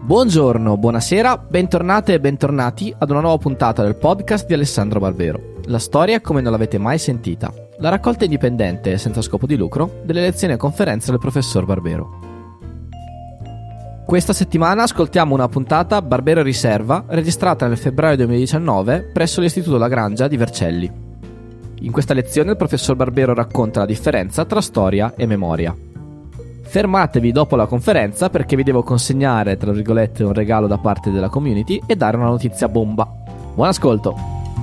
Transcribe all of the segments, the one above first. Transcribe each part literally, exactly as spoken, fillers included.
Buongiorno, buonasera, bentornate e bentornati ad una nuova puntata del podcast di Alessandro Barbero. La storia come non l'avete mai sentita. La raccolta indipendente e senza scopo di lucro delle lezioni e conferenze del professor Barbero. Questa settimana ascoltiamo una puntata Barbero Riserva registrata nel febbraio duemiladiciannove presso l'Istituto Lagrangia di Vercelli. In questa lezione il professor Barbero racconta la differenza tra storia e memoria. Fermatevi dopo la conferenza perché vi devo consegnare, tra virgolette, un regalo da parte della community e dare una notizia bomba. Buon ascolto!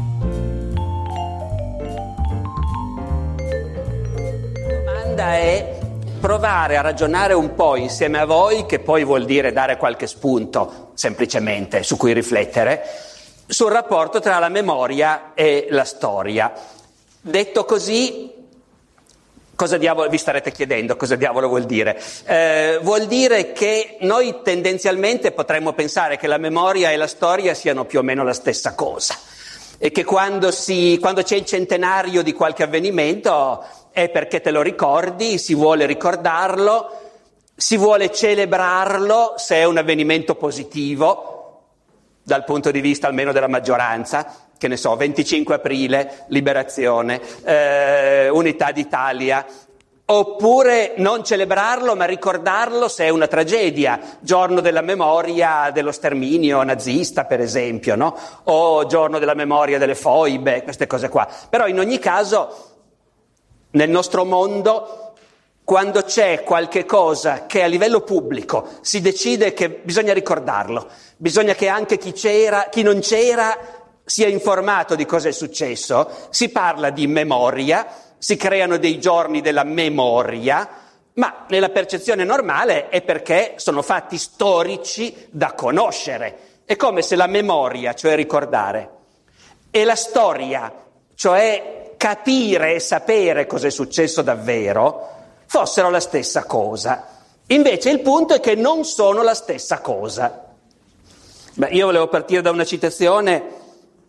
La domanda è provare a ragionare un po' insieme a voi, che poi vuol dire dare qualche spunto, semplicemente, su cui riflettere, sul rapporto tra la memoria e la storia. Detto così, cosa diavolo, vi starete chiedendo cosa diavolo vuol dire? Eh, vuol dire che noi tendenzialmente potremmo pensare che la memoria e la storia siano più o meno la stessa cosa e che quando, si, quando c'è il centenario di qualche avvenimento è perché te lo ricordi, si vuole ricordarlo, si vuole celebrarlo se è un avvenimento positivo, dal punto di vista almeno della maggioranza. Che ne so, venticinque aprile, liberazione, eh, unità d'Italia, oppure non celebrarlo ma ricordarlo se è una tragedia, giorno della memoria dello sterminio nazista per esempio, no? O giorno della memoria delle foibe, queste cose qua. Però in ogni caso, nel nostro mondo, quando c'è qualche cosa che a livello pubblico si decide che bisogna ricordarlo, bisogna che anche chi c'era, chi non c'era, sia informato di cosa è successo, si parla di memoria, si creano dei giorni della memoria, ma nella percezione normale è perché sono fatti storici da conoscere. È come se la memoria, cioè ricordare, e la storia, cioè capire e sapere cosa è successo davvero, fossero la stessa cosa. Invece il punto è che non sono la stessa cosa. Beh, io volevo partire da una citazione.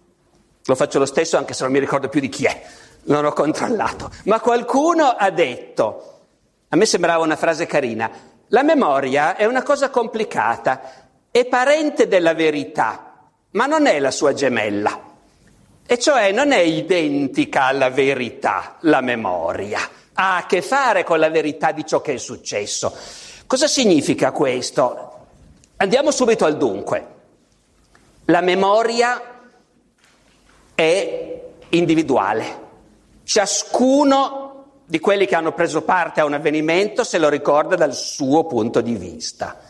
Lo faccio lo stesso anche se non mi ricordo più di chi è, non ho controllato. Ma qualcuno ha detto, a me sembrava una frase carina, la memoria è una cosa complicata, è parente della verità, ma non è la sua gemella. E cioè non è identica alla verità, la memoria. Ha a che fare con la verità di ciò che è successo. Cosa significa questo? Andiamo subito al dunque. La memoria è individuale. Ciascuno di quelli che hanno preso parte a un avvenimento se lo ricorda dal suo punto di vista.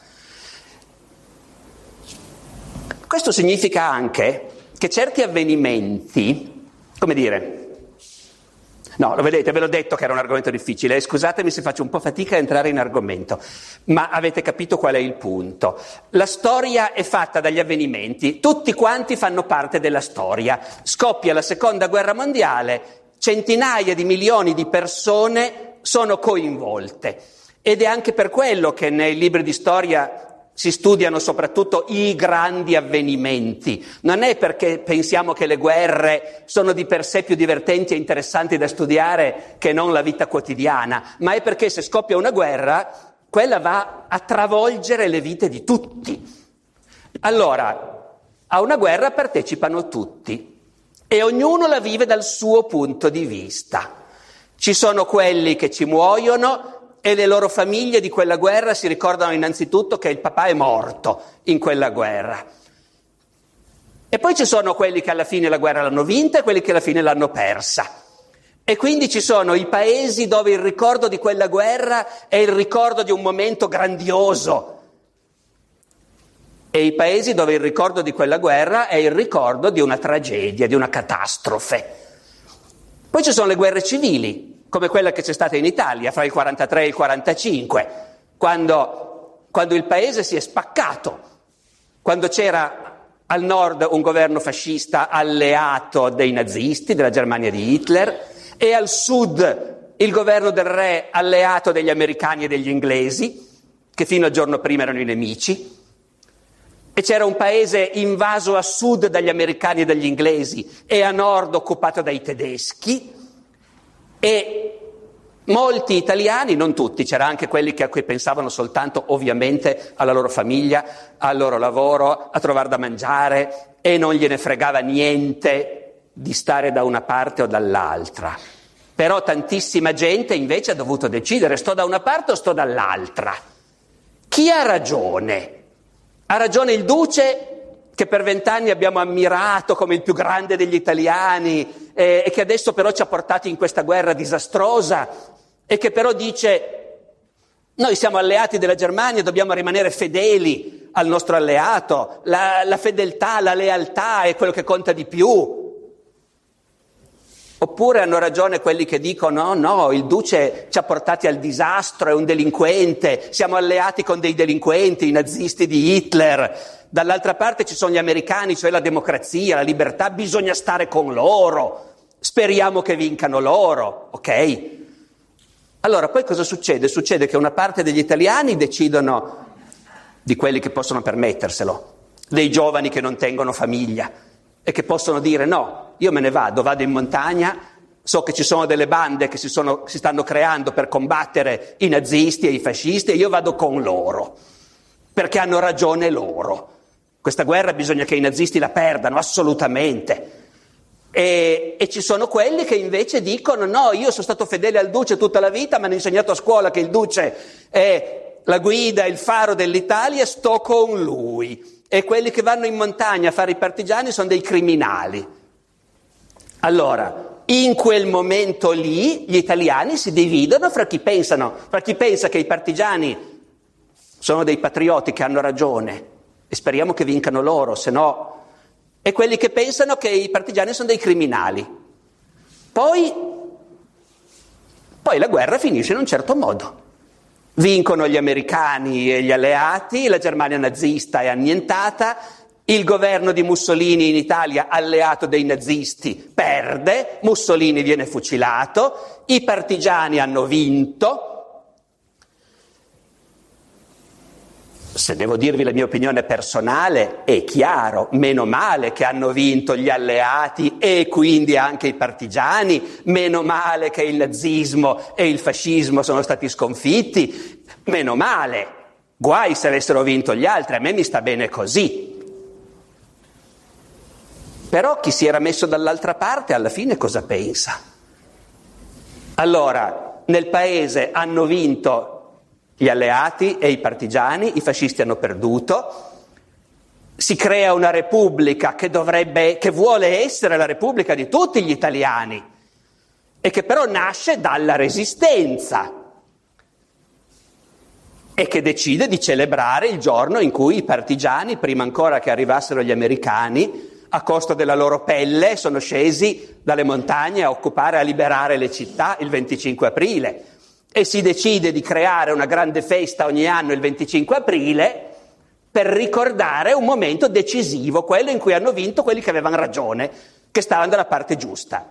Questo significa anche che certi avvenimenti, come dire, no, lo vedete, ve l'ho detto che era un argomento difficile, scusatemi se faccio un po' fatica a entrare in argomento, ma avete capito qual è il punto. La storia è fatta dagli avvenimenti, tutti quanti fanno parte della storia. Scoppia la seconda guerra mondiale, centinaia di milioni di persone sono coinvolte ed è anche per quello che nei libri di storia si studiano soprattutto i grandi avvenimenti. Non è perché pensiamo che le guerre sono di per sé più divertenti e interessanti da studiare che non la vita quotidiana, ma è perché se scoppia una guerra, quella va a travolgere le vite di tutti. Allora, a una guerra partecipano tutti e ognuno la vive dal suo punto di vista. Ci sono quelli che ci muoiono e le loro famiglie di quella guerra si ricordano innanzitutto che il papà è morto in quella guerra. E poi ci sono quelli che alla fine la guerra l'hanno vinta e quelli che alla fine l'hanno persa. E quindi ci sono i paesi dove il ricordo di quella guerra è il ricordo di un momento grandioso e i paesi dove il ricordo di quella guerra è il ricordo di una tragedia, di una catastrofe. Poi ci sono le guerre civili, come quella che c'è stata in Italia fra il quarantatré e il quarantacinque, quando, quando il paese si è spaccato, quando c'era al nord un governo fascista alleato dei nazisti, della Germania di Hitler, e al sud il governo del re alleato degli americani e degli inglesi, che fino al giorno prima erano i nemici, e c'era un paese invaso a sud dagli americani e dagli inglesi e a nord occupato dai tedeschi, e Molti italiani, non tutti, c'era anche quelli che a cui pensavano soltanto ovviamente alla loro famiglia, al loro lavoro, a trovare da mangiare e non gliene fregava niente di stare da una parte o dall'altra. Però tantissima gente invece ha dovuto decidere: sto da una parte o sto dall'altra? Chi ha ragione? Ha ragione il duce, che per vent'anni abbiamo ammirato come il più grande degli italiani eh, e che adesso però ci ha portati in questa guerra disastrosa e che però dice: noi siamo alleati della Germania, dobbiamo rimanere fedeli al nostro alleato, la, la fedeltà, la lealtà è quello che conta di più. Oppure hanno ragione quelli che dicono: no, no, il duce ci ha portati al disastro, è un delinquente, siamo alleati con dei delinquenti, i nazisti di Hitler. Dall'altra parte ci sono gli americani, cioè la democrazia, la libertà, bisogna stare con loro, speriamo che vincano loro, ok? Allora poi cosa succede? Succede che una parte degli italiani decidono, di quelli che possono permetterselo, dei giovani che non tengono famiglia e che possono dire: no, io me ne vado, vado in montagna, so che ci sono delle bande che si, sono, si stanno creando per combattere i nazisti e i fascisti e io vado con loro, perché hanno ragione loro. Questa guerra bisogna che i nazisti la perdano, assolutamente. E, e ci sono quelli che invece dicono: no, io sono stato fedele al duce tutta la vita, mi hanno insegnato a scuola che il duce è la guida, il faro dell'Italia, sto con lui. E quelli che vanno in montagna a fare i partigiani sono dei criminali. Allora, in quel momento lì gli italiani si dividono fra chi pensano, fra chi pensa che i partigiani sono dei patrioti che hanno ragione e speriamo che vincano loro, se no, e quelli che pensano che i partigiani sono dei criminali. Poi, poi la guerra finisce in un certo modo. Vincono gli americani e gli alleati, la Germania nazista è annientata, il governo di Mussolini in Italia, alleato dei nazisti, perde, Mussolini viene fucilato, i partigiani hanno vinto. Se devo dirvi la mia opinione personale, è chiaro, meno male che hanno vinto gli alleati e quindi anche i partigiani, meno male che il nazismo e il fascismo sono stati sconfitti, meno male, guai se avessero vinto gli altri, a me mi sta bene così. Però chi si era messo dall'altra parte alla fine cosa pensa? Allora, nel paese hanno vinto gli alleati e i partigiani, i fascisti hanno perduto, si crea una repubblica che dovrebbe, che vuole essere la repubblica di tutti gli italiani e che però nasce dalla resistenza e che decide di celebrare il giorno in cui i partigiani, prima ancora che arrivassero gli americani, a costo della loro pelle sono scesi dalle montagne a occupare, a liberare le città il venticinque aprile. E si decide di creare una grande festa ogni anno il venticinque aprile per ricordare un momento decisivo, quello in cui hanno vinto quelli che avevano ragione, che stavano dalla parte giusta.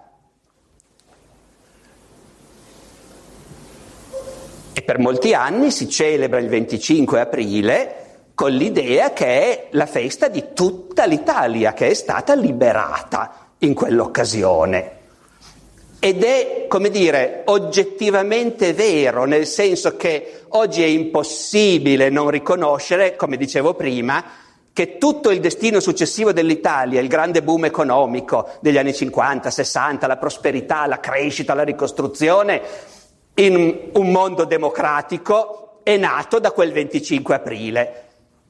E per molti anni si celebra il venticinque aprile con l'idea che è la festa di tutta l'Italia che è stata liberata in quell'occasione. Ed è, come dire, oggettivamente vero, nel senso che oggi è impossibile non riconoscere, come dicevo prima, che tutto il destino successivo dell'Italia, il grande boom economico degli anni cinquanta, sessanta, la prosperità, la crescita, la ricostruzione, in un mondo democratico, è nato da quel venticinque aprile.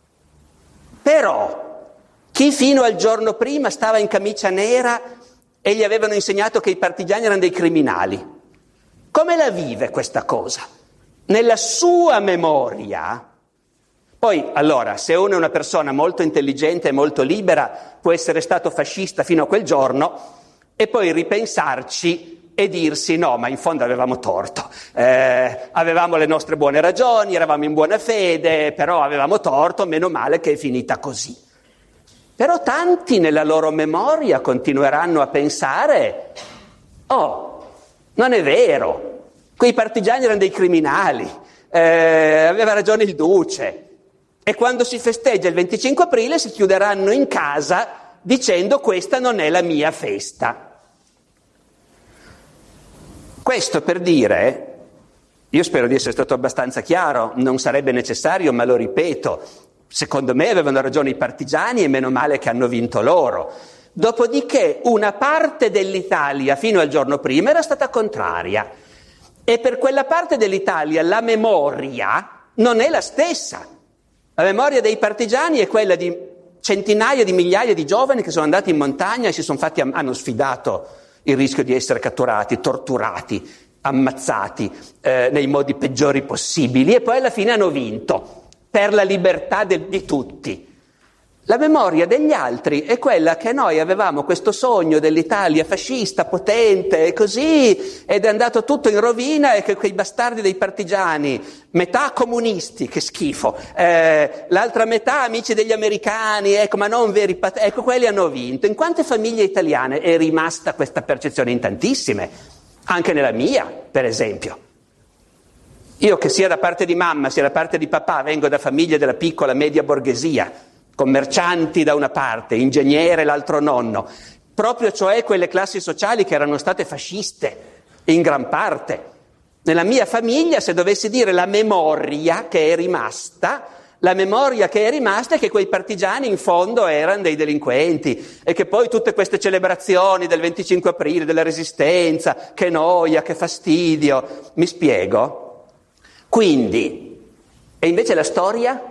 Però chi fino al giorno prima stava in camicia nera e gli avevano insegnato che i partigiani erano dei criminali, come la vive questa cosa? Nella sua memoria. Poi, allora, se uno è una persona molto intelligente e molto libera, può essere stato fascista fino a quel giorno e poi ripensarci e dirsi: no, ma in fondo avevamo torto, eh, avevamo le nostre buone ragioni, eravamo in buona fede, però avevamo torto, meno male che è finita così. Però tanti nella loro memoria continueranno a pensare: oh, non è vero, quei partigiani erano dei criminali, eh, aveva ragione il duce. E quando si festeggia il venticinque aprile si chiuderanno in casa dicendo: questa non è la mia festa. Questo per dire Io spero di essere stato abbastanza chiaro, non sarebbe necessario, ma lo ripeto, secondo me avevano ragione i partigiani e meno male che hanno vinto loro. Dopodiché una parte dell'Italia fino al giorno prima era stata contraria e per quella parte dell'Italia la memoria non è la stessa. La memoria dei partigiani è quella di centinaia di migliaia di giovani che sono andati in montagna e si sono fatti, hanno sfidato il rischio di essere catturati, torturati, ammazzati eh, nei modi peggiori possibili e poi alla fine hanno vinto per la libertà de- di tutti. La memoria degli altri è quella che noi avevamo questo sogno dell'Italia fascista, potente e così, ed è andato tutto in rovina e che quei bastardi dei partigiani, metà comunisti, che schifo, eh, l'altra metà amici degli americani, ecco, ma non veri pat- ecco, quelli hanno vinto. In quante famiglie italiane è rimasta questa percezione? In tantissime, anche nella mia, per esempio. Io che sia da parte di mamma sia da parte di papà vengo da famiglie della piccola media borghesia, commercianti da una parte, ingegnere l'altro nonno, proprio cioè quelle classi sociali che erano state fasciste in gran parte. Nella mia famiglia, se dovessi dire la memoria che è rimasta, la memoria che è rimasta è che quei partigiani in fondo erano dei delinquenti e che poi tutte queste celebrazioni del venticinque aprile, della resistenza, che noia, che fastidio, mi spiego? Quindi, e invece la storia?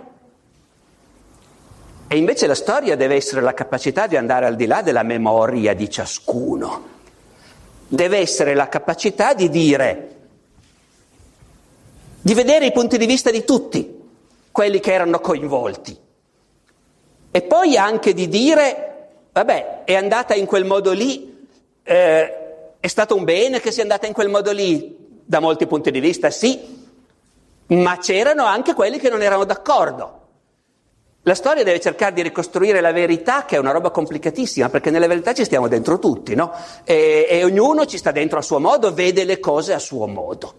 E invece la storia deve essere la capacità di andare al di là della memoria di ciascuno. Deve essere la capacità di dire, di vedere i punti di vista di tutti, quelli che erano coinvolti. E poi anche di dire, vabbè, è andata in quel modo lì, eh, è stato un bene che sia andata in quel modo lì, da molti punti di vista sì, ma c'erano anche quelli che non erano d'accordo. La storia deve cercare di ricostruire la verità, che è una roba complicatissima, perché nella verità ci stiamo dentro tutti, no? E, e ognuno ci sta dentro a suo modo, vede le cose a suo modo.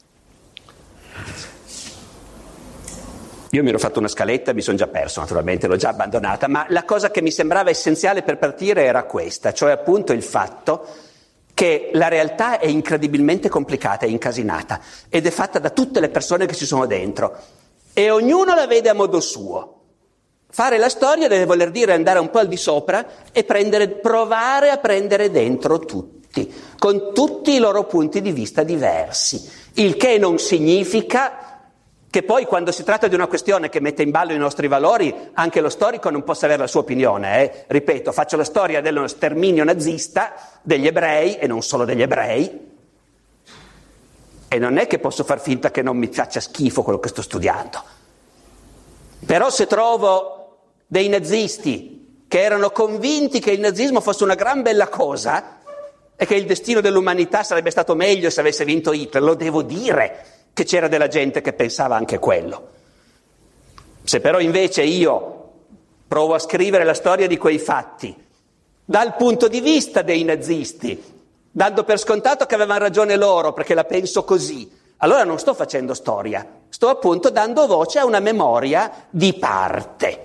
Io mi ero fatto una scaletta, mi sono già perso naturalmente, l'ho già abbandonata, ma la cosa che mi sembrava essenziale per partire era questa, cioè appunto il fatto che la realtà è incredibilmente complicata e incasinata ed è fatta da tutte le persone che ci sono dentro e ognuno la vede a modo suo. Fare la storia deve voler dire andare un po' al di sopra e prendere, provare a prendere dentro tutti, con tutti i loro punti di vista diversi, il che non significa che poi quando si tratta di una questione che mette in ballo i nostri valori, anche lo storico non possa avere la sua opinione. Eh? Ripeto, faccio la storia dello sterminio nazista degli ebrei e non solo degli ebrei, e non è che posso far finta che non mi faccia schifo quello che sto studiando. Però se trovo dei nazisti che erano convinti che il nazismo fosse una gran bella cosa e che il destino dell'umanità sarebbe stato meglio se avesse vinto Hitler, lo devo dire che c'era della gente che pensava anche quello. Se però invece io provo a scrivere la storia di quei fatti dal punto di vista dei nazisti, dando per scontato che avevano ragione loro perché la penso così, allora non sto facendo storia, sto appunto dando voce a una memoria di parte.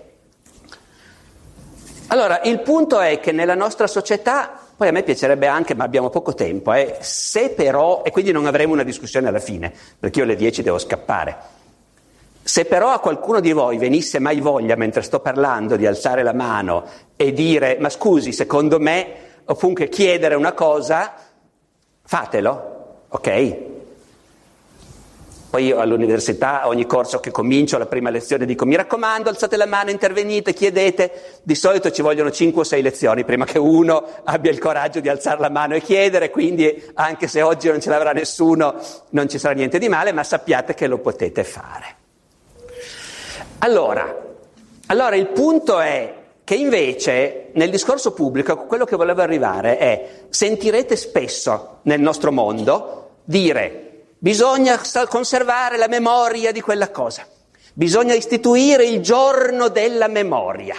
Allora, il punto è che nella nostra società, poi a me piacerebbe anche, ma abbiamo poco tempo, eh, se però, e quindi non avremo una discussione alla fine, perché io alle dieci devo scappare, se però a qualcuno di voi venisse mai voglia, mentre sto parlando, di alzare la mano e dire, ma scusi, secondo me, oppure chiedere una cosa, fatelo, ok? Poi io all'università, a ogni corso che comincio, la prima lezione dico, mi raccomando, alzate la mano, intervenite, chiedete. Di solito ci vogliono cinque o sei lezioni prima che uno abbia il coraggio di alzare la mano e chiedere, quindi anche se oggi non ce l'avrà nessuno, non ci sarà niente di male, ma sappiate che lo potete fare. Allora, allora il punto è che invece nel discorso pubblico quello che volevo arrivare è, sentirete spesso nel nostro mondo dire bisogna conservare la memoria di quella cosa, bisogna istituire il giorno della memoria,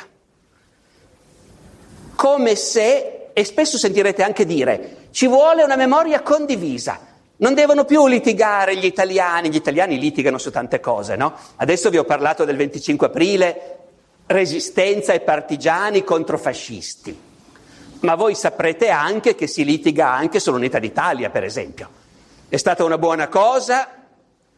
come se, e spesso sentirete anche dire, ci vuole una memoria condivisa, non devono più litigare gli italiani, gli italiani litigano su tante cose, no? Adesso vi ho parlato del venticinque aprile, resistenza e partigiani contro fascisti, ma voi saprete anche che si litiga anche sull'unità d'Italia, per esempio. È stata una buona cosa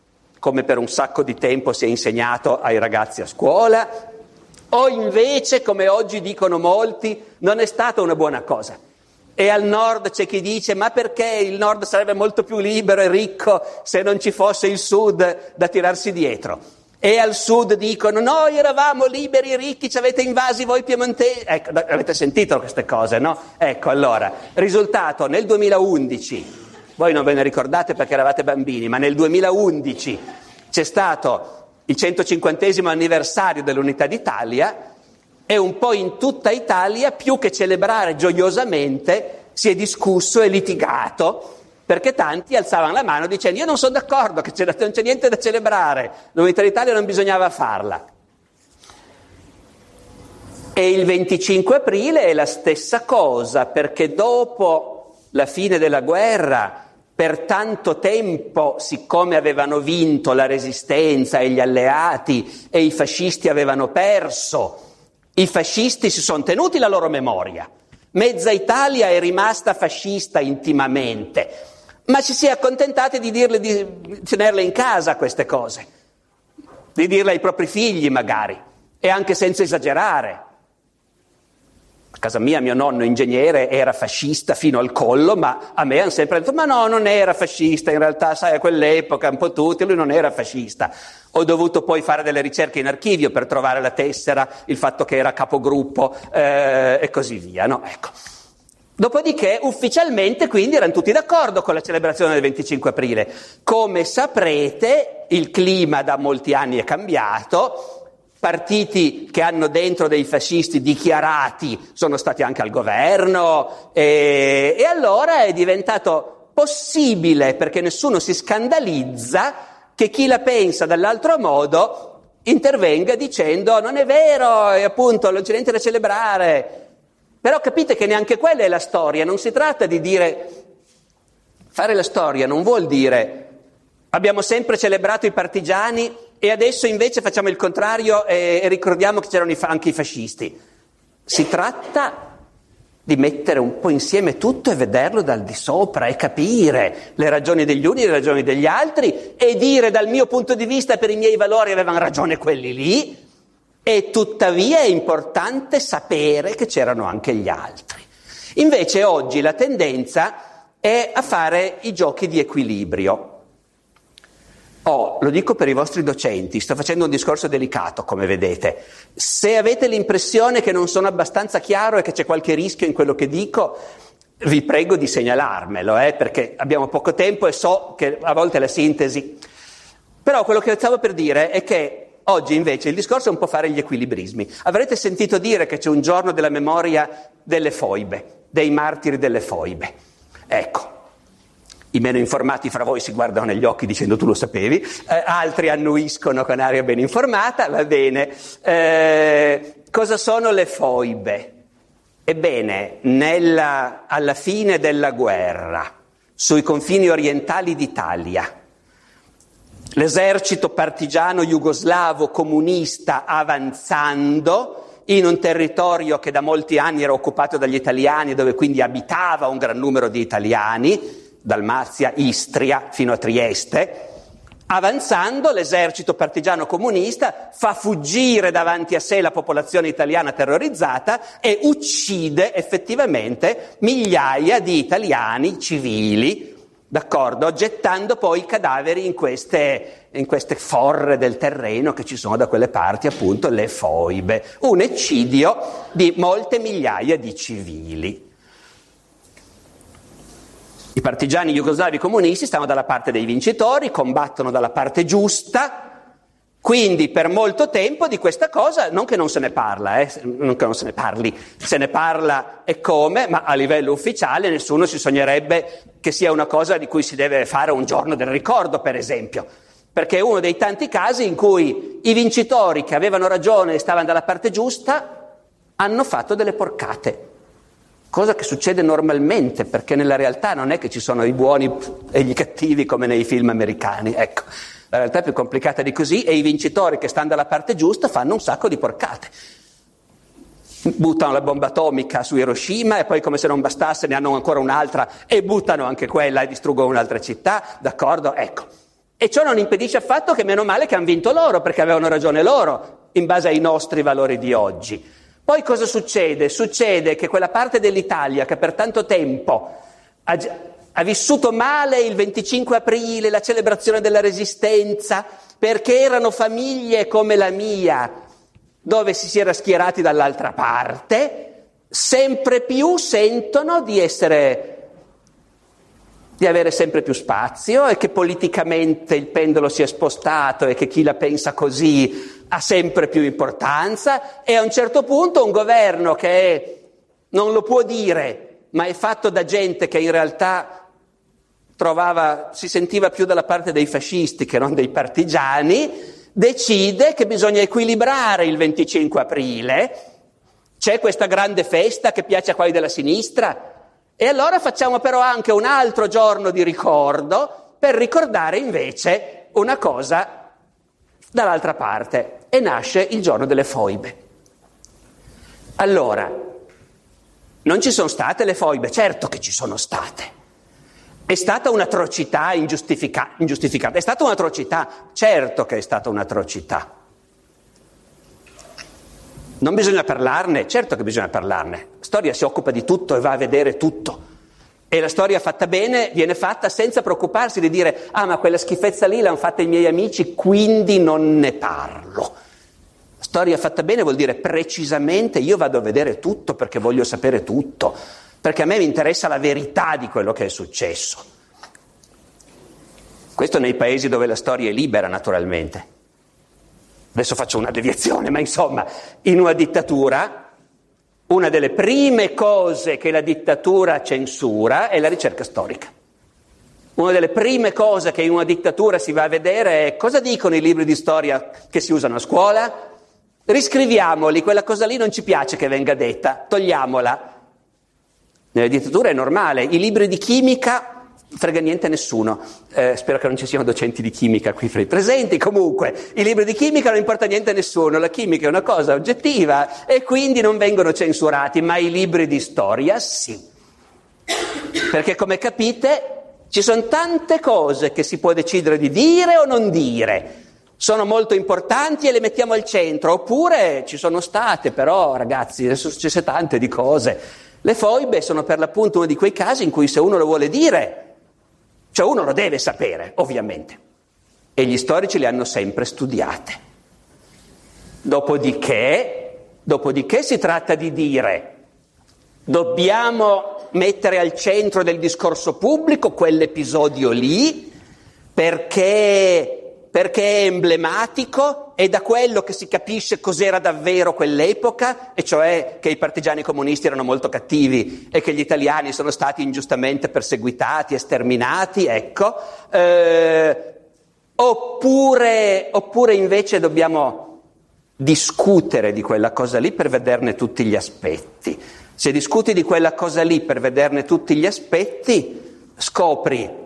come per un sacco di tempo si è insegnato ai ragazzi a scuola, o invece, come oggi dicono molti, non è stata una buona cosa. E al nord c'è chi dice: ma perché il nord sarebbe molto più libero e ricco se non ci fosse il sud da tirarsi dietro? E al sud dicono: noi eravamo liberi e ricchi, ci avete invasi voi piemontesi. Ecco, avete sentito queste cose, no? Ecco, allora, risultato, nel duemilaundici, voi non ve ne ricordate perché eravate bambini, ma nel duemilaundici c'è stato il centocinquantesimo anniversario dell'Unità d'Italia, e un po' in tutta Italia, più che celebrare gioiosamente, si è discusso e litigato, perché tanti alzavano la mano dicendo: io non sono d'accordo, che c'è, non c'è niente da celebrare, l'Unità d'Italia non bisognava farla. E il venticinque aprile è la stessa cosa, perché dopo la fine della guerra, per tanto tempo, siccome avevano vinto la resistenza e gli alleati e i fascisti avevano perso, i fascisti si sono tenuti la loro memoria. Mezza Italia è rimasta fascista intimamente, ma ci si è accontentati di dirle, di tenerle in casa queste cose, di dirle ai propri figli magari, e anche senza esagerare. A casa mia mio nonno ingegnere era fascista fino al collo, ma a me hanno sempre detto: ma no, non era fascista, in realtà sai, a quell'epoca un po' tutti, lui non era fascista. Ho dovuto poi fare delle ricerche in archivio per trovare la tessera, il fatto che era capogruppo eh, e così via, no? Ecco. Dopodiché ufficialmente quindi erano tutti d'accordo con la celebrazione del venticinque aprile. Come saprete, il clima da molti anni è cambiato. Partiti che hanno dentro dei fascisti dichiarati sono stati anche al governo, e, e allora è diventato possibile, perché nessuno si scandalizza, che chi la pensa dall'altro modo intervenga dicendo: non è vero, e appunto non c'è niente da celebrare. Però capite che neanche quella è la storia, non si tratta di dire, fare la storia non vuol dire abbiamo sempre celebrato i partigiani e adesso invece facciamo il contrario e, e ricordiamo che c'erano i, anche i fascisti. Si tratta di mettere un po' insieme tutto e vederlo dal di sopra e capire le ragioni degli uni e le ragioni degli altri, e dire: dal mio punto di vista, per i miei valori avevano ragione quelli lì, e tuttavia è importante sapere che c'erano anche gli altri. Invece oggi la tendenza è a fare i giochi di equilibrio. Oh, lo dico per i vostri docenti, sto facendo un discorso delicato, come vedete. Se avete l'impressione che non sono abbastanza chiaro e che c'è qualche rischio in quello che dico, vi prego di segnalarmelo, eh, perché abbiamo poco tempo e so che a volte la sintesi. Però quello che stavo per dire è che oggi invece il discorso è un po' fare gli equilibrismi. Avrete sentito dire che c'è un giorno della memoria delle foibe, dei martiri delle foibe. Ecco. I meno informati fra voi si guardano negli occhi dicendo: tu lo sapevi, eh, altri annuiscono con aria ben informata, va bene. Eh, cosa sono le foibe? Ebbene, nella, alla fine della guerra, sui confini orientali d'Italia, l'esercito partigiano jugoslavo comunista, avanzando in un territorio che da molti anni era occupato dagli italiani, dove quindi abitava un gran numero di italiani, Dalmazia, Istria, fino a Trieste, avanzando l'esercito partigiano comunista fa fuggire davanti a sé la popolazione italiana terrorizzata e uccide effettivamente migliaia di italiani civili, d'accordo, gettando poi i cadaveri in queste, in queste forre del terreno che ci sono da quelle parti, appunto le foibe, un eccidio di molte migliaia di civili. I partigiani jugoslavi comunisti stanno dalla parte dei vincitori, combattono dalla parte giusta, quindi per molto tempo di questa cosa non che non se ne parla, eh, non che non se ne parli, se ne parla e come, ma a livello ufficiale nessuno si sognerebbe che sia una cosa di cui si deve fare un giorno del ricordo, per esempio, perché è uno dei tanti casi in cui i vincitori che avevano ragione e stavano dalla parte giusta hanno fatto delle porcate. Cosa che succede normalmente, perché nella realtà non è che ci sono i buoni e gli cattivi come nei film americani, ecco. La realtà è più complicata di così, e i vincitori che stanno dalla parte giusta fanno un sacco di porcate. Buttano la bomba atomica su Hiroshima e poi, come se non bastasse, ne hanno ancora un'altra e buttano anche quella e distruggono un'altra città, d'accordo? Ecco. E ciò non impedisce affatto che meno male che hanno vinto loro, perché avevano ragione loro, in base ai nostri valori di oggi. Poi cosa succede? Succede che quella parte dell'Italia che per tanto tempo ha, ha vissuto male il venticinque aprile, la celebrazione della Resistenza, perché erano famiglie come la mia, dove si si era schierati dall'altra parte, sempre più sentono di essere... di avere sempre più spazio e che politicamente il pendolo si è spostato e che chi la pensa così ha sempre più importanza, e a un certo punto un governo che è, non lo può dire, ma è fatto da gente che in realtà trovava, si sentiva più dalla parte dei fascisti che non dei partigiani, decide che bisogna equilibrare il venticinque aprile, c'è questa grande festa che piace a quelli della sinistra, e allora facciamo però anche un altro giorno di ricordo per ricordare invece una cosa dall'altra parte, e nasce il giorno delle foibe. Allora, non ci sono state le foibe? Certo che ci sono state. È stata un'atrocità ingiustifica- ingiustificata, è stata un'atrocità, certo che è stata un'atrocità. Non bisogna parlarne? Certo che bisogna parlarne. La storia si occupa di tutto e va a vedere tutto. E la storia fatta bene viene fatta senza preoccuparsi di dire «Ah, ma quella schifezza lì l'hanno fatta i miei amici, quindi non ne parlo». La storia fatta bene vuol dire precisamente io vado a vedere tutto perché voglio sapere tutto, perché a me mi interessa la verità di quello che è successo. Questo nei paesi dove la storia è libera, naturalmente. Adesso faccio una deviazione, ma insomma, in una dittatura, una delle prime cose che la dittatura censura è la ricerca storica. Una delle prime cose che in una dittatura si va a vedere è cosa dicono i libri di storia che si usano a scuola? Riscriviamoli, quella cosa lì non ci piace che venga detta, togliamola. Nelle dittature è normale, i libri di chimica... frega niente a nessuno, eh, spero che non ci siano docenti di chimica qui fra i presenti. Comunque i libri di chimica non importa niente a nessuno, la chimica è una cosa oggettiva e quindi non vengono censurati, ma i libri di storia sì, perché come capite ci sono tante cose che si può decidere di dire o non dire, sono molto importanti e le mettiamo al centro, oppure ci sono state, però ragazzi adesso successe tante di cose. Le foibe sono per l'appunto uno di quei casi in cui se uno lo vuole dire, cioè uno lo deve sapere, ovviamente, e gli storici le hanno sempre studiate. Dopodiché, dopodiché si tratta di dire, dobbiamo mettere al centro del discorso pubblico quell'episodio lì, perché, perché è emblematico, è da quello che si capisce cos'era davvero quell'epoca, e cioè che i partigiani comunisti erano molto cattivi e che gli italiani sono stati ingiustamente perseguitati e sterminati, ecco, eh, oppure, oppure invece dobbiamo discutere di quella cosa lì per vederne tutti gli aspetti. Se discuti di quella cosa lì per vederne tutti gli aspetti, scopri,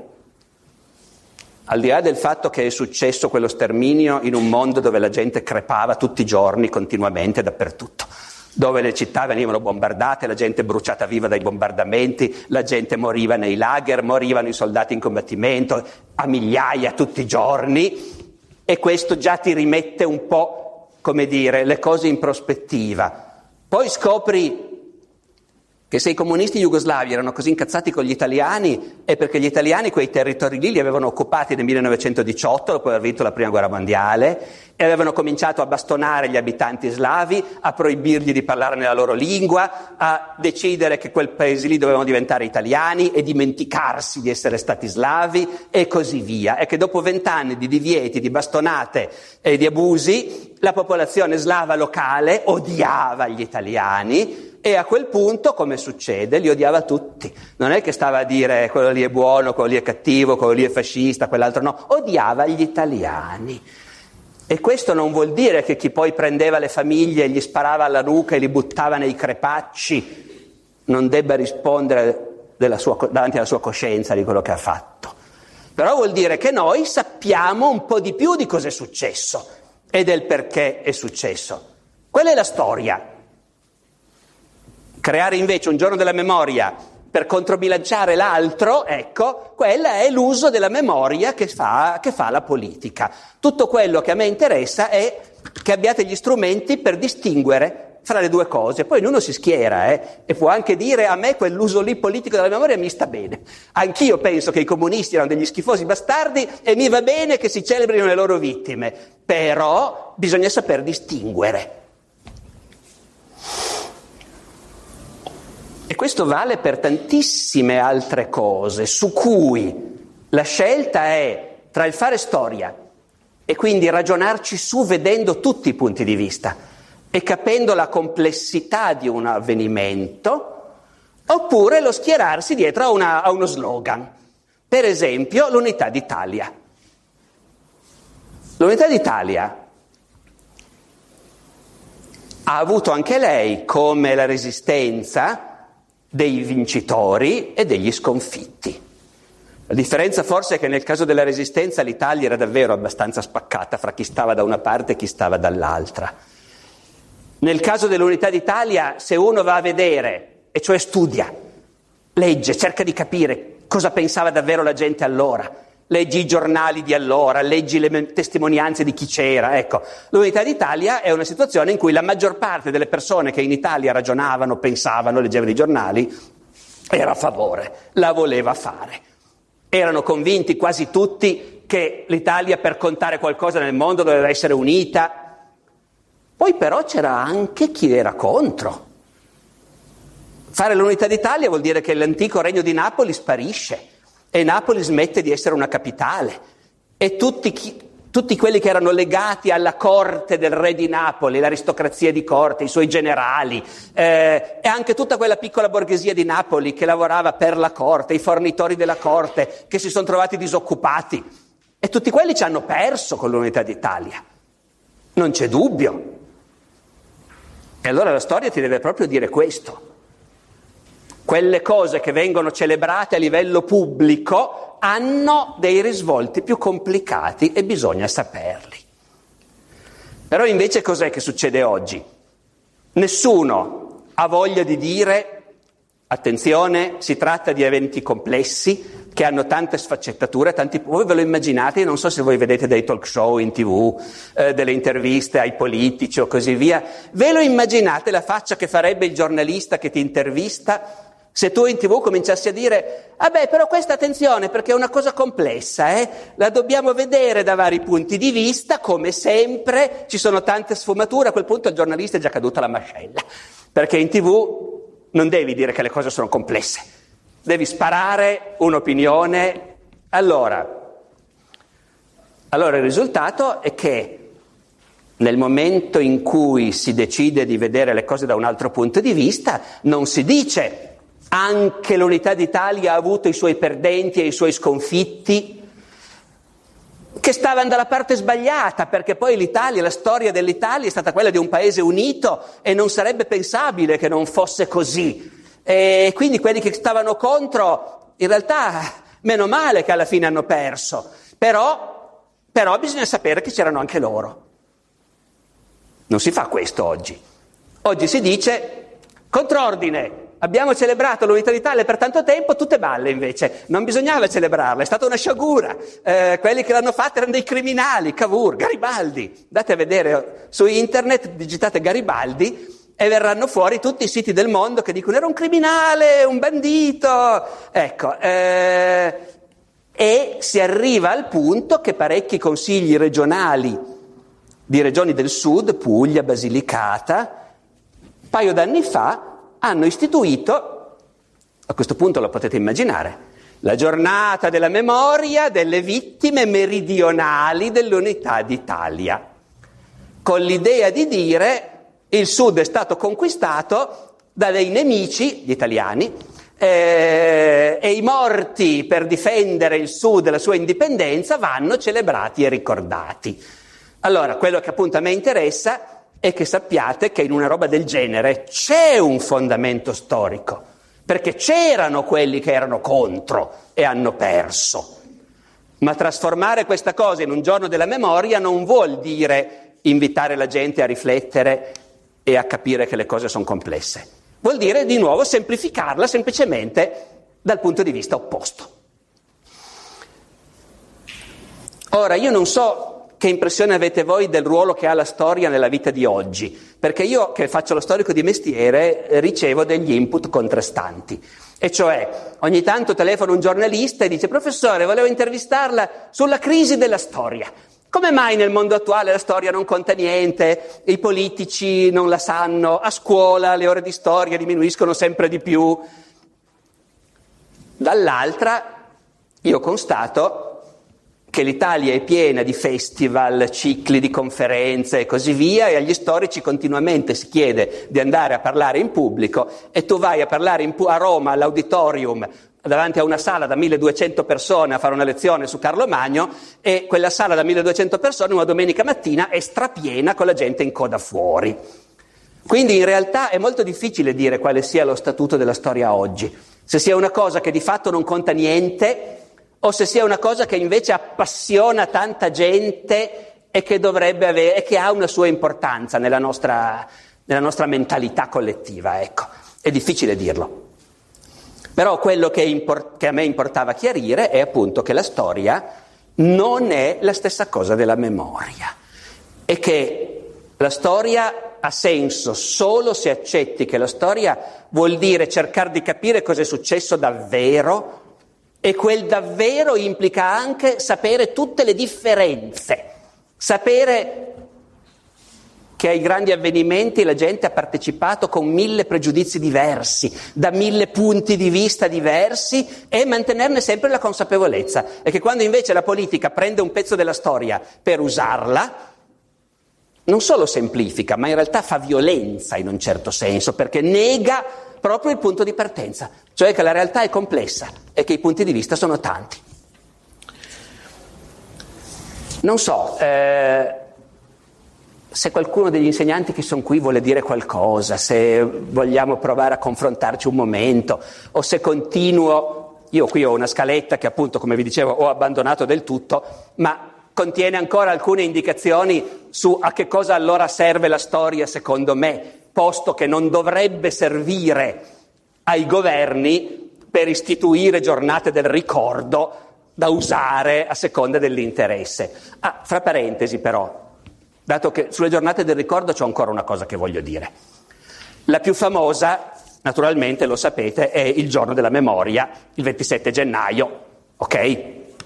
al di là del fatto che è successo quello sterminio in un mondo dove la gente crepava tutti i giorni, continuamente, dappertutto, dove le città venivano bombardate, la gente bruciata viva dai bombardamenti, la gente moriva nei lager, morivano i soldati in combattimento a migliaia tutti i giorni, e questo già ti rimette un po', come dire, le cose in prospettiva. Poi scopri che se i comunisti jugoslavi erano così incazzati con gli italiani è perché gli italiani quei territori lì li avevano occupati nel millenovecentodiciotto, dopo aver vinto la prima guerra mondiale, e avevano cominciato a bastonare gli abitanti slavi, a proibirgli di parlare nella loro lingua, a decidere che quel paese lì dovevano diventare italiani e dimenticarsi di essere stati slavi e così via. E che dopo vent'anni di divieti, di bastonate e di abusi, la popolazione slava locale odiava gli italiani, e a quel punto, come succede, li odiava tutti. Non è che stava a dire quello lì è buono, quello lì è cattivo, quello lì è fascista, quell'altro no. Odiava gli italiani. E questo non vuol dire che chi poi prendeva le famiglie e gli sparava alla nuca e li buttava nei crepacci non debba rispondere della sua, davanti alla sua coscienza di quello che ha fatto. Però vuol dire che noi sappiamo un po' di più di cosa è successo e del perché è successo. Quella è la storia. Creare invece un giorno della memoria per controbilanciare l'altro, ecco, quella è l'uso della memoria che fa, che fa la politica. Tutto quello che a me interessa è che abbiate gli strumenti per distinguere fra le due cose. Poi ognuno si schiera eh, e può anche dire: a me quell'uso lì politico della memoria mi sta bene. Anch'io penso che i comunisti erano degli schifosi bastardi e mi va bene che si celebrino le loro vittime, però bisogna saper distinguere. E questo vale per tantissime altre cose su cui la scelta è tra il fare storia e quindi ragionarci su vedendo tutti i punti di vista e capendo la complessità di un avvenimento, oppure lo schierarsi dietro a, una, a uno slogan. Per esempio l'Unità d'Italia. L'Unità d'Italia ha avuto anche lei, come la Resistenza, dei vincitori e degli sconfitti. La differenza forse è che nel caso della Resistenza l'Italia era davvero abbastanza spaccata fra chi stava da una parte e chi stava dall'altra. Nel caso dell'Unità d'Italia, se uno va a vedere, e cioè studia, legge, cerca di capire cosa pensava davvero la gente allora, leggi i giornali di allora, leggi le testimonianze di chi c'era, ecco. L'Unità d'Italia è una situazione in cui la maggior parte delle persone che in Italia ragionavano, pensavano, leggevano i giornali, era a favore, la voleva fare. Erano convinti quasi tutti che l'Italia, per contare qualcosa nel mondo, doveva essere unita. Poi però c'era anche chi era contro. Fare l'Unità d'Italia vuol dire che l'antico regno di Napoli sparisce e Napoli smette di essere una capitale e tutti, chi, tutti quelli che erano legati alla corte del re di Napoli, l'aristocrazia di corte, i suoi generali eh, e anche tutta quella piccola borghesia di Napoli che lavorava per la corte, i fornitori della corte che si sono trovati disoccupati, e tutti quelli ci hanno perso con l'Unità d'Italia, non c'è dubbio. E allora la storia ti deve proprio dire questo. Quelle cose che vengono celebrate a livello pubblico hanno dei risvolti più complicati e bisogna saperli. Però invece cos'è che succede oggi? Nessuno ha voglia di dire: attenzione, si tratta di eventi complessi che hanno tante sfaccettature, tanti... Voi ve lo immaginate? Io non so se voi vedete dei talk show in tv, eh, delle interviste ai politici o così via. Ve lo immaginate la faccia che farebbe il giornalista che ti intervista se tu in tv cominciassi a dire: vabbè, però questa attenzione, perché è una cosa complessa, eh? La dobbiamo vedere da vari punti di vista, come sempre, ci sono tante sfumature. A quel punto il giornalista è già caduta la mascella, perché in tv non devi dire che le cose sono complesse, devi sparare un'opinione. Allora, allora il risultato è che nel momento in cui si decide di vedere le cose da un altro punto di vista, non si dice: anche l'Unità d'Italia ha avuto i suoi perdenti e i suoi sconfitti, che stavano dalla parte sbagliata, perché poi l'Italia, la storia dell'Italia è stata quella di un paese unito e non sarebbe pensabile che non fosse così. E quindi quelli che stavano contro, in realtà, meno male che alla fine hanno perso, però, però bisogna sapere che c'erano anche loro. Non si fa questo oggi. Oggi si dice: contrordine, abbiamo celebrato l'Unità d'Italia per tanto tempo, tutte balle invece, non bisognava celebrarla, è stata una sciagura, eh, quelli che l'hanno fatta erano dei criminali, Cavour, Garibaldi. Andate a vedere su internet, digitate Garibaldi e verranno fuori tutti i siti del mondo che dicono: era un criminale, un bandito. Ecco, eh, e si arriva al punto che parecchi consigli regionali di regioni del sud, Puglia, Basilicata, un paio d'anni fa hanno istituito, a questo punto lo potete immaginare, la giornata della memoria delle vittime meridionali dell'Unità d'Italia, con l'idea di dire: il Sud è stato conquistato da dei nemici, gli italiani, eh, e i morti per difendere il Sud e la sua indipendenza vanno celebrati e ricordati. Allora, quello che appunto a me interessa è che sappiate che in una roba del genere c'è un fondamento storico, perché c'erano quelli che erano contro e hanno perso. Ma trasformare questa cosa in un giorno della memoria non vuol dire invitare la gente a riflettere e a capire che le cose sono complesse. Vuol dire di nuovo semplificarla semplicemente dal punto di vista opposto. Ora, io non so che impressione avete voi del ruolo che ha la storia nella vita di oggi, perché io che faccio lo storico di mestiere ricevo degli input contrastanti. E cioè, ogni tanto telefono un giornalista e dice: professore, volevo intervistarla sulla crisi della storia. Come mai nel mondo attuale la storia non conta niente, i politici non la sanno, a scuola le ore di storia diminuiscono sempre di più? Dall'altra, io constato che l'Italia è piena di festival, cicli di conferenze e così via, e agli storici continuamente si chiede di andare a parlare in pubblico, e tu vai a parlare in pu- a Roma all'auditorium davanti a una sala da milleduecento persone a fare una lezione su Carlo Magno, e quella sala da milleduecento persone una domenica mattina è strapiena con la gente in coda fuori. Quindi in realtà è molto difficile dire quale sia lo statuto della storia oggi, se sia una cosa che di fatto non conta niente o se sia una cosa che invece appassiona tanta gente e che dovrebbe avere, e che ha una sua importanza nella nostra, nella nostra mentalità collettiva, ecco. È difficile dirlo. Però quello che, import- che a me importava chiarire è appunto che la storia non è la stessa cosa della memoria, e che la storia ha senso solo se accetti che la storia vuol dire cercare di capire cosa è successo davvero, e quel davvero implica anche sapere tutte le differenze, sapere che ai grandi avvenimenti la gente ha partecipato con mille pregiudizi diversi, da mille punti di vista diversi, e mantenerne sempre la consapevolezza. E che quando invece la politica prende un pezzo della storia per usarla, non solo semplifica, ma in realtà fa violenza in un certo senso, perché nega proprio il punto di partenza, cioè che la realtà è complessa e che i punti di vista sono tanti. Non so, eh, se qualcuno degli insegnanti che sono qui vuole dire qualcosa, se vogliamo provare a confrontarci un momento, o se continuo, io qui ho una scaletta che appunto, come vi dicevo, ho abbandonato del tutto, ma contiene ancora alcune indicazioni su a che cosa allora serve la storia secondo me, posto che non dovrebbe servire ai governi per istituire giornate del ricordo da usare a seconda dell'interesse. Ah, fra parentesi però, dato che sulle giornate del ricordo c'ho ancora una cosa che voglio dire. La più famosa, naturalmente lo sapete, è il giorno della memoria, il ventisette gennaio, ok?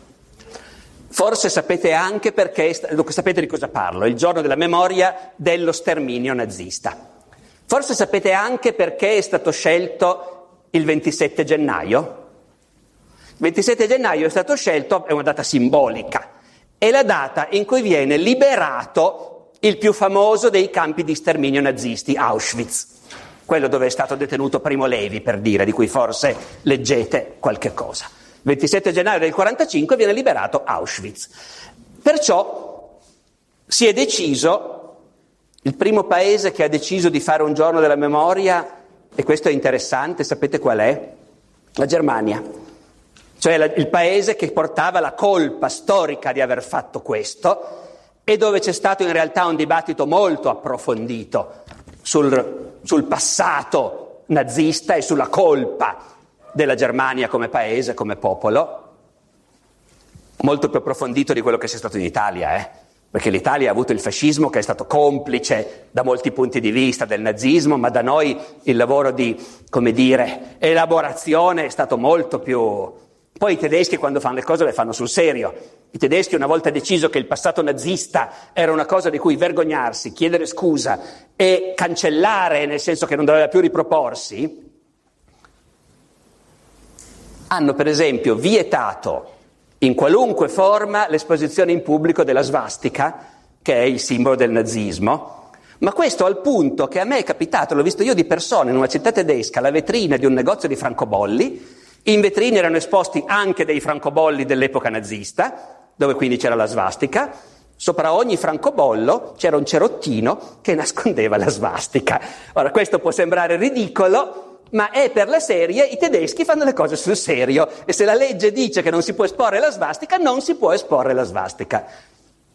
Forse sapete anche perché, sapete di cosa parlo, il giorno della memoria dello sterminio nazista. Forse sapete anche perché è stato scelto il ventisette gennaio? Il ventisette gennaio è stato scelto, è una data simbolica, è la data in cui viene liberato il più famoso dei campi di sterminio nazisti, Auschwitz, quello dove è stato detenuto Primo Levi, per dire, di cui forse leggete qualche cosa. Il ventisette gennaio del quarantacinque viene liberato Auschwitz. Perciò si è deciso, il primo paese che ha deciso di fare un giorno della memoria, e questo è interessante, sapete qual è? La Germania. Cioè la, il paese che portava la colpa storica di aver fatto questo, e dove c'è stato in realtà un dibattito molto approfondito sul, sul passato nazista e sulla colpa della Germania come paese, come popolo, molto più approfondito di quello che sia stato in Italia, eh? Perché l'Italia ha avuto il fascismo, che è stato complice da molti punti di vista del nazismo, ma da noi il lavoro di, come dire, elaborazione è stato molto più... Poi i tedeschi quando fanno le cose le fanno sul serio. I tedeschi, una volta deciso che il passato nazista era una cosa di cui vergognarsi, chiedere scusa e cancellare, nel senso che non doveva più riproporsi, hanno per esempio vietato in qualunque forma l'esposizione in pubblico della svastica, che è il simbolo del nazismo. Ma questo al punto che a me è capitato, l'ho visto io di persona in una città tedesca, la vetrina di un negozio di francobolli. In vetrina erano esposti anche dei francobolli dell'epoca nazista, dove quindi c'era la svastica. Sopra ogni francobollo c'era un cerottino che nascondeva la svastica. Ora, questo può sembrare ridicolo, ma è per la serie, i tedeschi fanno le cose sul serio, e se la legge dice che non si può esporre la svastica, non si può esporre la svastica.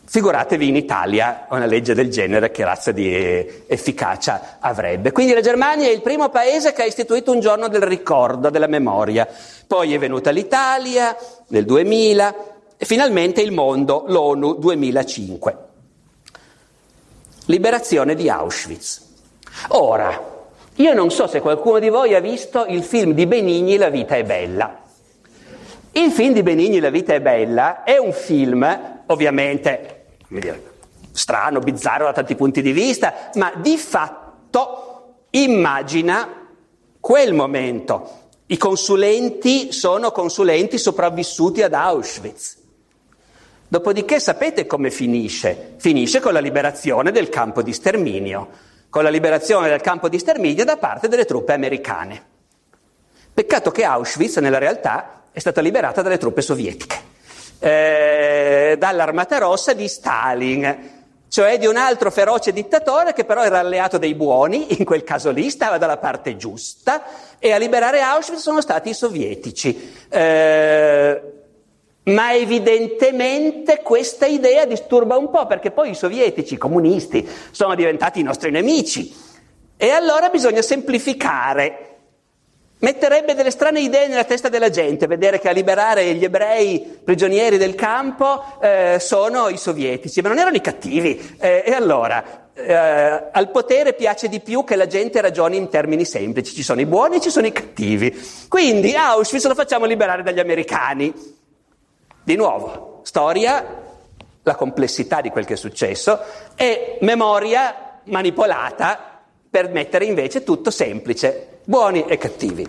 Figuratevi in Italia una legge del genere che razza di efficacia avrebbe. Quindi la Germania è il primo paese che ha istituito un giorno del ricordo, della memoria. Poi è venuta l'Italia nel duemila e finalmente il mondo, l'ONU duemilacinque. Liberazione di Auschwitz. Ora, io non so se qualcuno di voi ha visto il film di Benigni La vita è bella. Il film di Benigni La vita è bella è un film, ovviamente, come dire, strano, bizzarro da tanti punti di vista, ma di fatto immagina quel momento. I consulenti sono consulenti sopravvissuti ad Auschwitz. Dopodiché sapete come finisce? Finisce con la liberazione del campo di sterminio, con la liberazione del campo di sterminio da parte delle truppe americane. Peccato che Auschwitz, nella realtà, è stata liberata dalle truppe sovietiche. Eh, dall'Armata Rossa di Stalin, cioè di un altro feroce dittatore che però era alleato dei buoni, in quel caso lì stava dalla parte giusta, e a liberare Auschwitz sono stati i sovietici. Eh, ma evidentemente questa idea disturba un po', perché poi i sovietici, i comunisti, sono diventati i nostri nemici, e allora bisogna semplificare. Metterebbe delle strane idee nella testa della gente, vedere che a liberare gli ebrei prigionieri del campo eh, sono i sovietici, ma non erano i cattivi. Eh, e allora, eh, al potere piace di più che la gente ragioni in termini semplici, ci sono i buoni e ci sono i cattivi. Quindi Auschwitz lo facciamo liberare dagli americani. Di nuovo, storia, la complessità di quel che è successo, e memoria manipolata per mettere invece tutto semplice. Buoni e cattivi.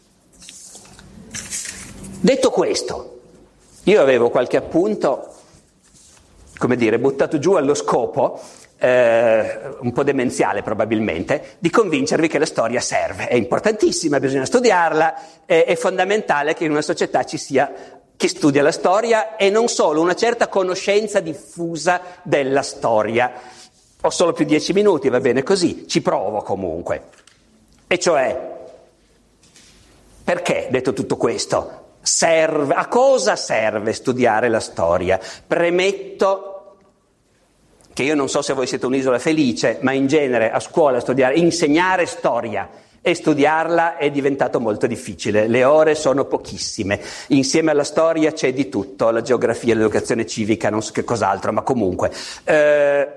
Detto questo, io avevo qualche appunto, come dire, buttato giù allo scopo, eh, un po' demenziale probabilmente, di convincervi che la storia serve, è importantissima, bisogna studiarla, è, è fondamentale che in una società ci sia chi studia la storia e non solo una certa conoscenza diffusa della storia. Ho solo più dieci minuti, va bene così, ci provo comunque. E cioè, perché, detto tutto questo, serve, a cosa serve studiare la storia? Premetto che io non so se voi siete un'isola felice, ma in genere a scuola studiare, insegnare storia e studiarla è diventato molto difficile. Le ore sono pochissime. Insieme alla storia c'è di tutto, la geografia, l'educazione civica, non so che cos'altro, ma comunque. Eh,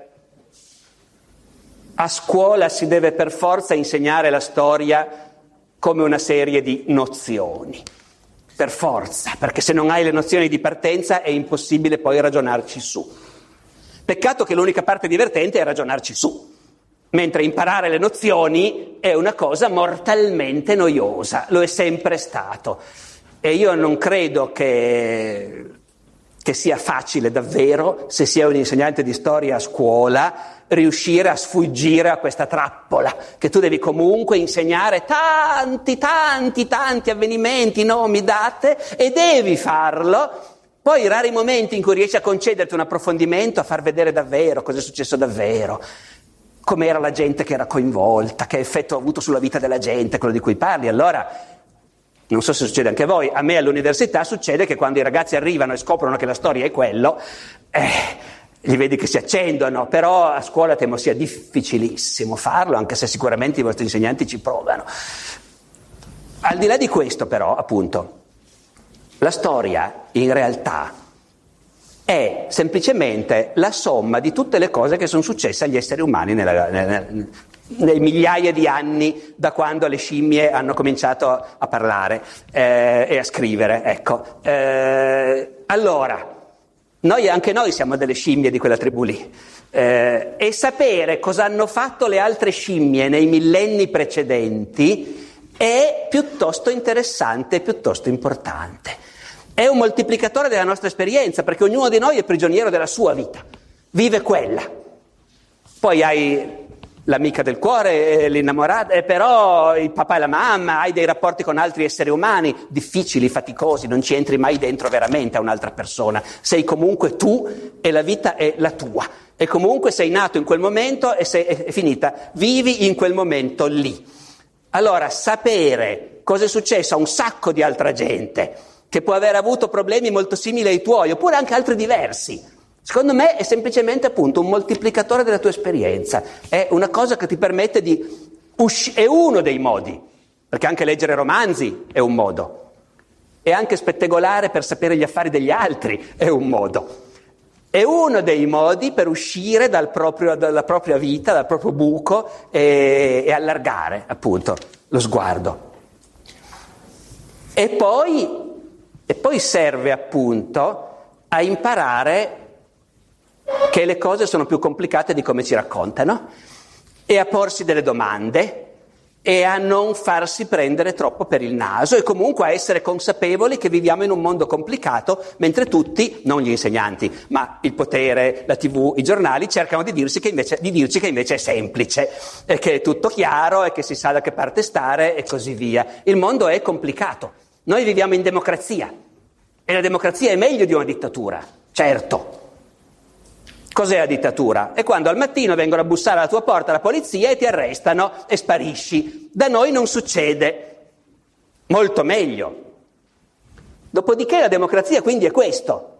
a scuola si deve per forza insegnare la storia come una serie di nozioni, per forza, perché se non hai le nozioni di partenza è impossibile poi ragionarci su. Peccato che l'unica parte divertente è ragionarci su, mentre imparare le nozioni è una cosa mortalmente noiosa, lo è sempre stato. E io non credo che, che sia facile davvero, se si è un insegnante di storia a scuola, riuscire a sfuggire a questa trappola, che tu devi comunque insegnare tanti, tanti, tanti avvenimenti, nomi, date, e devi farlo. Poi i rari momenti in cui riesci a concederti un approfondimento, a far vedere davvero cosa è successo davvero, com'era la gente che era coinvolta, che effetto ha avuto sulla vita della gente, quello di cui parli. Allora, non so se succede anche a voi, a me all'università succede che quando i ragazzi arrivano e scoprono che la storia è quello, eh, li vedi che si accendono, però a scuola temo sia difficilissimo farlo, anche se sicuramente i vostri insegnanti ci provano. Al di là di questo però, appunto, la storia in realtà è semplicemente la somma di tutte le cose che sono successe agli esseri umani nella, nella, nei migliaia di anni da quando le scimmie hanno cominciato a parlare eh, e a scrivere. Ecco, eh, allora... Noi, anche noi siamo delle scimmie di quella tribù lì, eh, e sapere cosa hanno fatto le altre scimmie nei millenni precedenti è piuttosto interessante, piuttosto importante. È un moltiplicatore della nostra esperienza, perché ognuno di noi è prigioniero della sua vita, vive quella. Poi hai l'amica del cuore, l'innamorata, e però il papà e la mamma, hai dei rapporti con altri esseri umani difficili, faticosi, non ci entri mai dentro veramente a un'altra persona, sei comunque tu e la vita è la tua, e comunque sei nato in quel momento e sei, è finita, vivi in quel momento lì. Allora, sapere cosa è successo a un sacco di altra gente che può aver avuto problemi molto simili ai tuoi, oppure anche altri diversi, Secondo me è semplicemente appunto un moltiplicatore della tua esperienza, è una cosa che ti permette di uscire, è uno dei modi, perché anche leggere romanzi è un modo, e anche spettegolare per sapere gli affari degli altri è un modo. È uno dei modi per uscire dal proprio, dalla propria vita, dal proprio buco e, e allargare appunto lo sguardo. E poi, e poi serve appunto a imparare che le cose sono più complicate di come ci raccontano e a porsi delle domande e a non farsi prendere troppo per il naso e comunque a essere consapevoli che viviamo in un mondo complicato mentre tutti, non gli insegnanti, ma il potere, la tivù, i giornali cercano di dirci che invece, di dirci che invece è semplice e che è tutto chiaro e che si sa da che parte stare e così via. Il mondo è complicato. Noi viviamo in democrazia e la democrazia è meglio di una dittatura, certo. Cos'è la dittatura? È quando al mattino vengono a bussare alla tua porta la polizia e ti arrestano e sparisci. Da noi non succede. Molto meglio. Dopodiché la democrazia quindi è questo.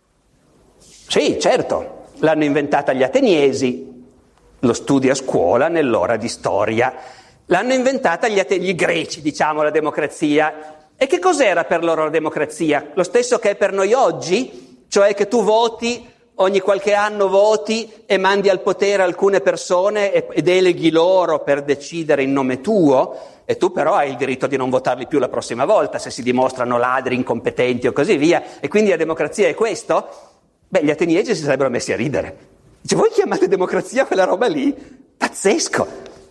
Sì, certo, l'hanno inventata gli ateniesi, lo studi a scuola nell'ora di storia. L'hanno inventata gli, ate- gli greci, diciamo, la democrazia. E che cos'era per loro la democrazia? Lo stesso che è per noi oggi? Cioè che tu voti... Ogni qualche anno voti e mandi al potere alcune persone e, e deleghi loro per decidere in nome tuo, e tu però hai il diritto di non votarli più la prossima volta se si dimostrano ladri, incompetenti o così via. E quindi la democrazia è questo? Beh, gli ateniesi si sarebbero messi a ridere. Dice, voi chiamate democrazia quella roba lì? Pazzesco!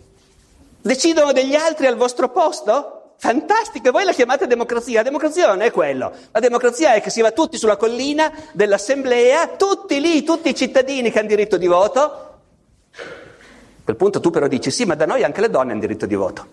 Decidono degli altri al vostro posto? Fantastico, e voi la chiamate democrazia. La democrazia non è quello. La democrazia è che si va tutti sulla collina dell'assemblea, tutti lì, tutti i cittadini che hanno diritto di voto. A quel punto tu però dici, sì, ma da noi anche le donne hanno diritto di voto.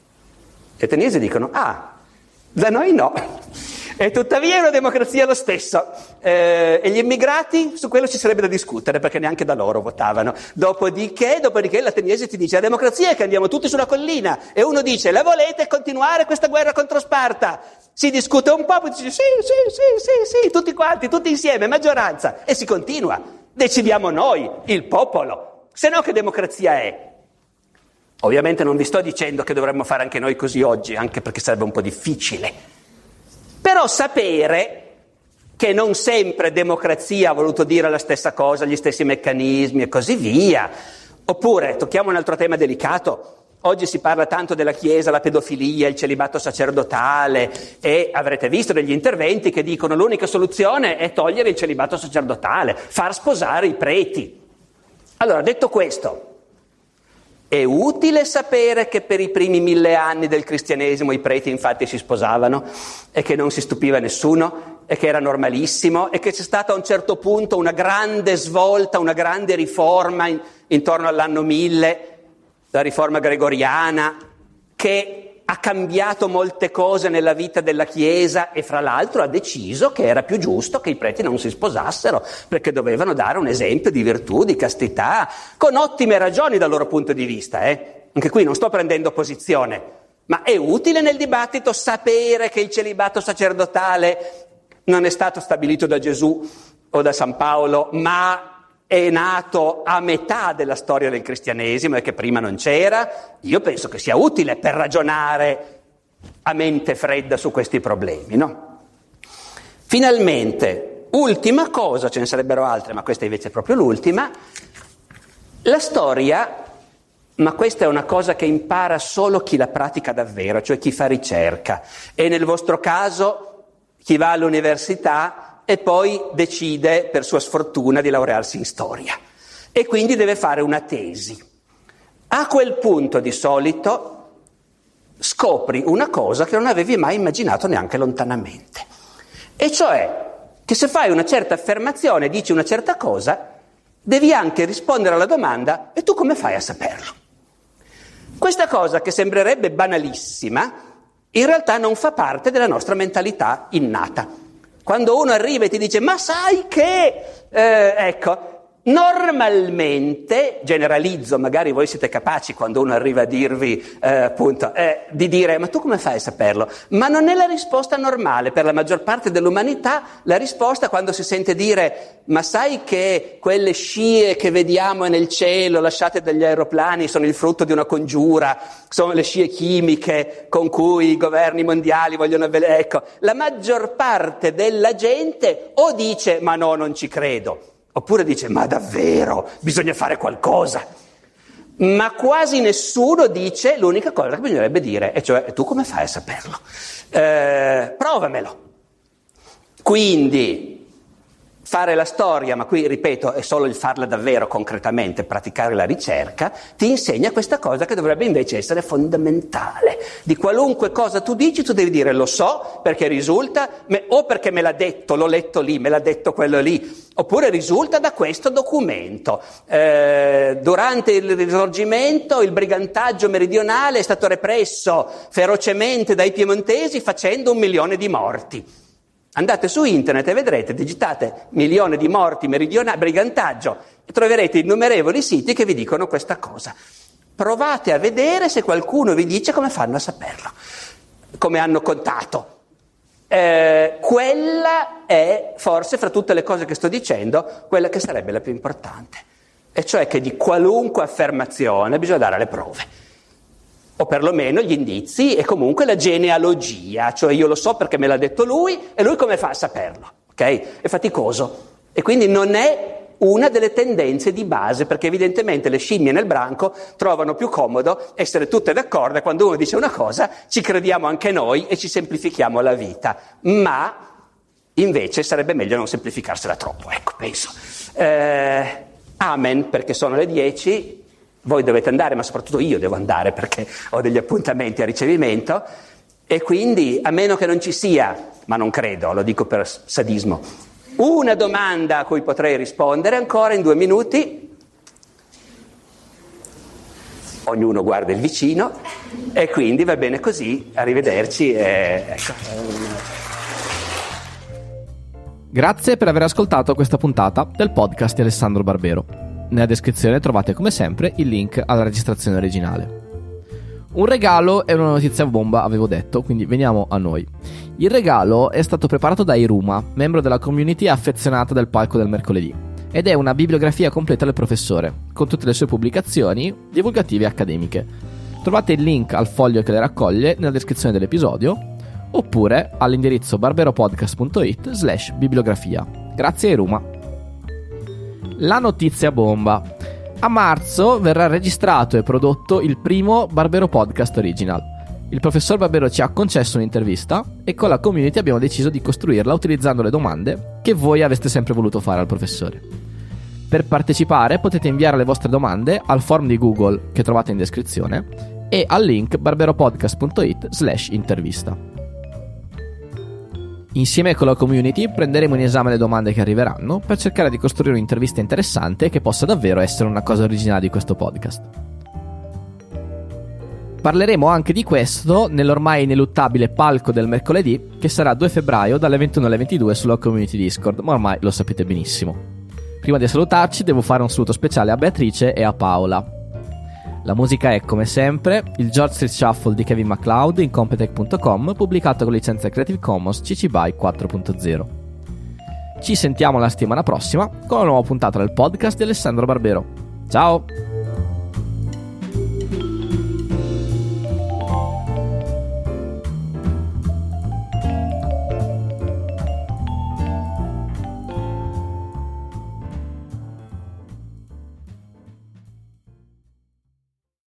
Gli ateniesi dicono, ah, da noi no. E tuttavia è una democrazia lo stesso. Eh, e gli immigrati, su quello ci sarebbe da discutere, perché neanche da loro votavano. Dopodiché, dopodiché l'ateniese ti dice, la democrazia è che andiamo tutti sulla collina. E uno dice, la volete continuare questa guerra contro Sparta? Si discute un po', poi dice, sì, sì, sì, sì, sì, tutti quanti, tutti insieme, maggioranza. E si continua. Decidiamo noi, il popolo. Se no che democrazia è? Ovviamente non vi sto dicendo che dovremmo fare anche noi così oggi, anche perché sarebbe un po' difficile. Però sapere che non sempre democrazia ha voluto dire la stessa cosa, gli stessi meccanismi e così via. Oppure, tocchiamo un altro tema delicato, oggi si parla tanto della Chiesa, la pedofilia, il celibato sacerdotale e avrete visto degli interventi che dicono l'unica soluzione è togliere il celibato sacerdotale, far sposare i preti. Allora, detto questo, è utile sapere che per i primi mille anni del cristianesimo i preti infatti si sposavano e che non si stupiva nessuno e che era normalissimo e che c'è stata a un certo punto una grande svolta, una grande riforma in, intorno all'anno mille, la riforma gregoriana, che ha cambiato molte cose nella vita della Chiesa e fra l'altro ha deciso che era più giusto che i preti non si sposassero perché dovevano dare un esempio di virtù, di castità, con ottime ragioni dal loro punto di vista. Eh? Anche qui non sto prendendo posizione, ma è utile nel dibattito sapere che il celibato sacerdotale non è stato stabilito da Gesù o da San Paolo, ma è nato a metà della storia del cristianesimo e che prima non c'era. Io penso che sia utile per ragionare a mente fredda su questi problemi, no? Finalmente, ultima cosa, ce ne sarebbero altre, ma questa invece è proprio l'ultima, la storia, ma questa è una cosa che impara solo chi la pratica davvero, cioè chi fa ricerca, e nel vostro caso chi va all'università e poi decide per sua sfortuna di laurearsi in storia e quindi deve fare una tesi. A quel punto di solito scopri una cosa che non avevi mai immaginato neanche lontanamente, e cioè che se fai una certa affermazione, dici una certa cosa, devi anche rispondere alla domanda: e tu come fai a saperlo? Questa cosa che sembrerebbe banalissima in realtà non fa parte della nostra mentalità innata. Quando uno arriva e ti dice ma sai che, eh, ecco, Normalmente, generalizzo, magari voi siete capaci quando uno arriva a dirvi eh, appunto eh, di dire ma tu come fai a saperlo? Ma non è la risposta normale per la maggior parte dell'umanità. La risposta quando si sente dire ma sai che quelle scie che vediamo nel cielo lasciate dagli aeroplani sono il frutto di una congiura, sono le scie chimiche con cui i governi mondiali vogliono avvelare. Ecco, la maggior parte della gente o dice ma no, non ci credo, oppure dice ma davvero bisogna fare qualcosa, ma quasi nessuno dice l'unica cosa che bisognerebbe dire, e cioè tu come fai a saperlo? Eh, provamelo. Quindi fare la storia, ma qui ripeto è solo il farla davvero concretamente, praticare la ricerca, ti insegna questa cosa che dovrebbe invece essere fondamentale. Di qualunque cosa tu dici tu devi dire lo so perché risulta, me, o perché me l'ha detto, l'ho letto lì, me l'ha detto quello lì, oppure risulta da questo documento. Eh, durante il risorgimento il brigantaggio meridionale è stato represso ferocemente dai piemontesi facendo un milione di morti. Andate su internet e vedrete, digitate milione di morti meridionali, brigantaggio, e troverete innumerevoli siti che vi dicono questa cosa. Provate a vedere se qualcuno vi dice come fanno a saperlo, come hanno contato. Eh, quella è, forse, fra tutte le cose che sto dicendo, quella che sarebbe la più importante. E cioè che di qualunque affermazione bisogna dare le prove. O perlomeno gli indizi e comunque la genealogia, cioè io lo so perché me l'ha detto lui e lui come fa a saperlo, ok? È faticoso e quindi non è una delle tendenze di base, perché evidentemente le scimmie nel branco trovano più comodo essere tutte d'accordo e quando uno dice una cosa ci crediamo anche noi e ci semplifichiamo la vita, ma invece sarebbe meglio non semplificarsela troppo, ecco, penso. Eh, amen, perché sono le dieci. Voi dovete andare, ma soprattutto io devo andare perché ho degli appuntamenti a ricevimento e quindi, a meno che non ci sia, ma non credo, lo dico per sadismo, una domanda a cui potrei rispondere ancora in due minuti, ognuno guarda il vicino e quindi va bene così, arrivederci. E, ecco. Grazie per aver ascoltato questa puntata del podcast di Alessandro Barbero. Nella descrizione trovate come sempre il link alla registrazione originale. Un regalo e una notizia bomba avevo detto, quindi veniamo a noi. Il regalo è stato preparato da Iruma, membro della community affezionata del palco del mercoledì, ed è una bibliografia completa del professore, con tutte le sue pubblicazioni divulgative e accademiche. Trovate il link al foglio che le raccoglie nella descrizione dell'episodio, oppure all'indirizzo barberopodcast.it slash bibliografia. Grazie Iruma. La notizia bomba. A marzo verrà registrato e prodotto il primo Barbero Podcast Original. Il professor Barbero ci ha concesso un'intervista e con la community abbiamo deciso di costruirla utilizzando le domande che voi aveste sempre voluto fare al professore. Per partecipare potete inviare le vostre domande al form di Google che trovate in descrizione e al link barberopodcast.it slash intervista. Insieme con la community prenderemo in esame le domande che arriveranno per cercare di costruire un'intervista interessante che possa davvero essere una cosa originale di questo podcast. Parleremo anche di questo nell'ormai ineluttabile palco del mercoledì che sarà due febbraio dalle ventuno alle ventidue sulla community Discord, ma ormai lo sapete benissimo. Prima di salutarci devo fare un saluto speciale a Beatrice e a Paola. La musica è, come sempre, il George Street Shuffle di Kevin MacLeod in Competech punto com, pubblicato con licenza Creative Commons C C B Y quattro punto zero. Ci sentiamo la settimana prossima con una nuova puntata del podcast di Alessandro Barbero. Ciao!